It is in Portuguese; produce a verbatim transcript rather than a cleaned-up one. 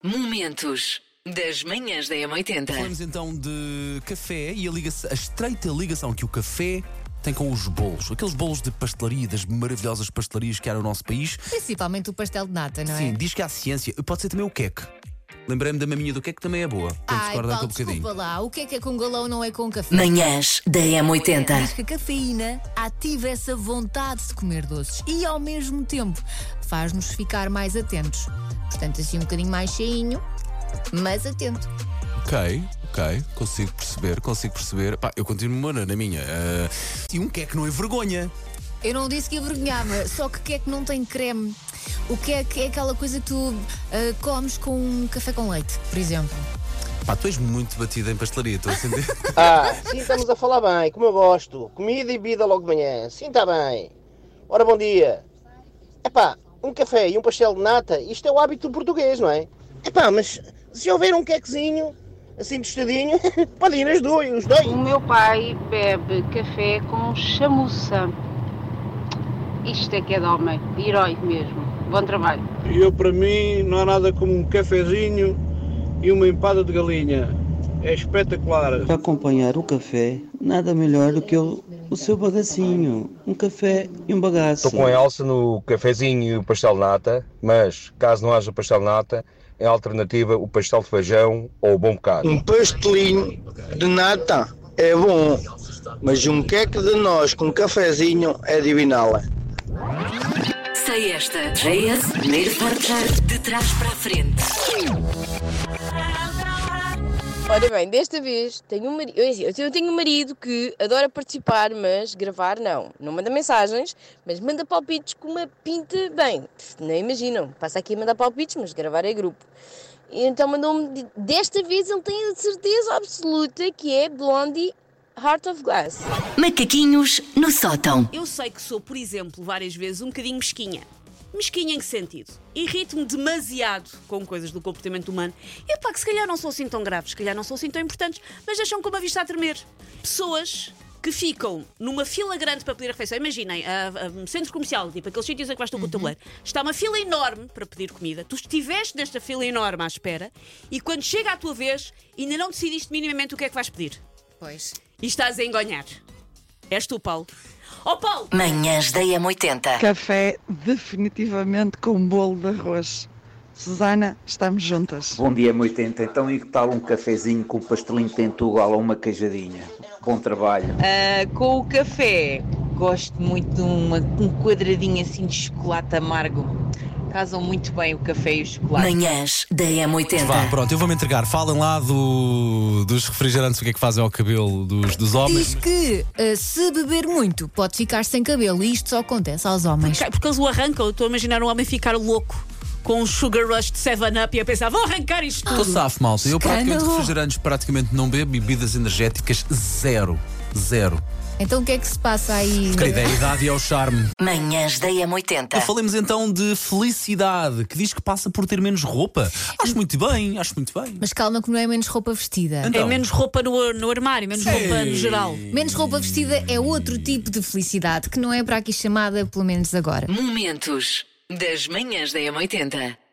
Momentos das manhãs da M oitenta. Falamos então de café e a, ligação, a estreita ligação que o café tem com os bolos. Aqueles bolos de pastelaria, das maravilhosas pastelarias que há no nosso país. Principalmente o pastel de nata, não é? Sim, diz que há ciência. Pode ser também o queque. Lembrei-me da maminha do queque, que também é boa. Quando Ai, discordar Paulo, um bocadinho. desculpa lá. O que é que é com galão não é com café? Manhãs da M oitenta. Diz que a cafeína ativa essa vontade de comer doces e, ao mesmo tempo, faz-nos ficar mais atentos. Portanto, assim um bocadinho mais cheinho, mas atento. Ok, ok, consigo perceber, consigo perceber. Pá, eu continuo na na minha. Uh, e um queque não é vergonha. Eu não disse que envergonhava, só que o que é que não tem creme? O que é que é aquela coisa que tu uh, comes com um café com leite, por exemplo? Pá, tu és muito batida em pastelaria, estou a sentir. Ah, sim, estamos a falar bem, como eu gosto. Comida e bebida logo de manhã, sim, está bem. Ora, bom dia. Epá, um café e um pastel de nata, isto é o hábito do português, não é? Epá, mas se houver um quequezinho, assim tostadinho, podem ir as duas, os dois. O meu pai bebe café com chamuça. Isto é que é de homem, de herói mesmo. Bom trabalho. Eu, para mim, não há nada como um cafezinho e uma empada de galinha. É espetacular. Para acompanhar o café, nada melhor do que o, o seu bagacinho. Um café e um bagaço. Estou com a Elsa no cafezinho e o pastel de nata, mas caso não haja pastel de nata, é a alternativa o pastel de feijão ou o bom bocado. Um pastelinho de nata é bom, mas um queque de nós com um cafezinho é divinal. Sei esta. J S, primeiro forjar de trás para a frente. Ora bem, desta vez tenho um marido, eu tenho um marido que adora participar, mas gravar não. Não manda mensagens, mas manda palpites com uma pinta bem. Nem imaginam, passa aqui a mandar palpites, mas gravar é grupo. E então mandou-me, desta vez ele tem a certeza absoluta que é Blondie Heart of Glass. Macaquinhos no sótão. Eu sei que sou, por exemplo, várias vezes um bocadinho mesquinha. Mesquinha em que sentido? Irrito-me demasiado com coisas do comportamento humano. E pá, que se calhar não são assim tão graves, se calhar não são assim tão importantes, mas deixam com a vista a tremer. Pessoas que ficam numa fila grande para pedir a refeição. Imaginem, a, a, centro comercial, tipo aqueles sítios em que vais tu com o tabuleiro. Está uma fila enorme para pedir comida. Tu estiveste nesta fila enorme à espera e quando chega a tua vez, ainda não decidiste minimamente o que é que vais pedir. Pois. E estás a engonhar. És tu, Paulo. Oh, Paulo! Manhãs da M oitenta. Café definitivamente com bolo de arroz. Susana, estamos juntas. Bom dia, M oitenta. Então, e que tal um cafezinho com pastelinho de tentugal ou uma queijadinha? Bom trabalho. Uh, com o café, gosto muito de uma, um quadradinho assim de chocolate amargo. Casam muito bem o café e o chocolate. Manhãs da M oitenta. Vá, pronto, eu vou-me entregar. Falem lá do, dos refrigerantes, o que é que fazem ao cabelo dos, dos homens. Diz que uh, se beber muito pode ficar sem cabelo e isto só acontece aos homens. Porque, porque eles o arrancam. Eu estou a imaginar um homem ficar louco com um sugar rush de seven up e a pensar, vou arrancar isto tudo. Estou safo, malta. Eu praticamente refrigerantes praticamente não bebo, bebidas energéticas zero. Zero. Então o que é que se passa aí? Querida, é a idade e é o charme. Manhãs da M oitenta. Falemos então de felicidade, que diz que passa por ter menos roupa. Acho muito bem, acho muito bem. Mas calma que não é menos roupa vestida. Então. É menos roupa no, no armário, menos Sim. roupa no geral. Menos roupa vestida é outro tipo de felicidade, que não é para aqui chamada, pelo menos agora. Momentos das manhãs da M oitenta.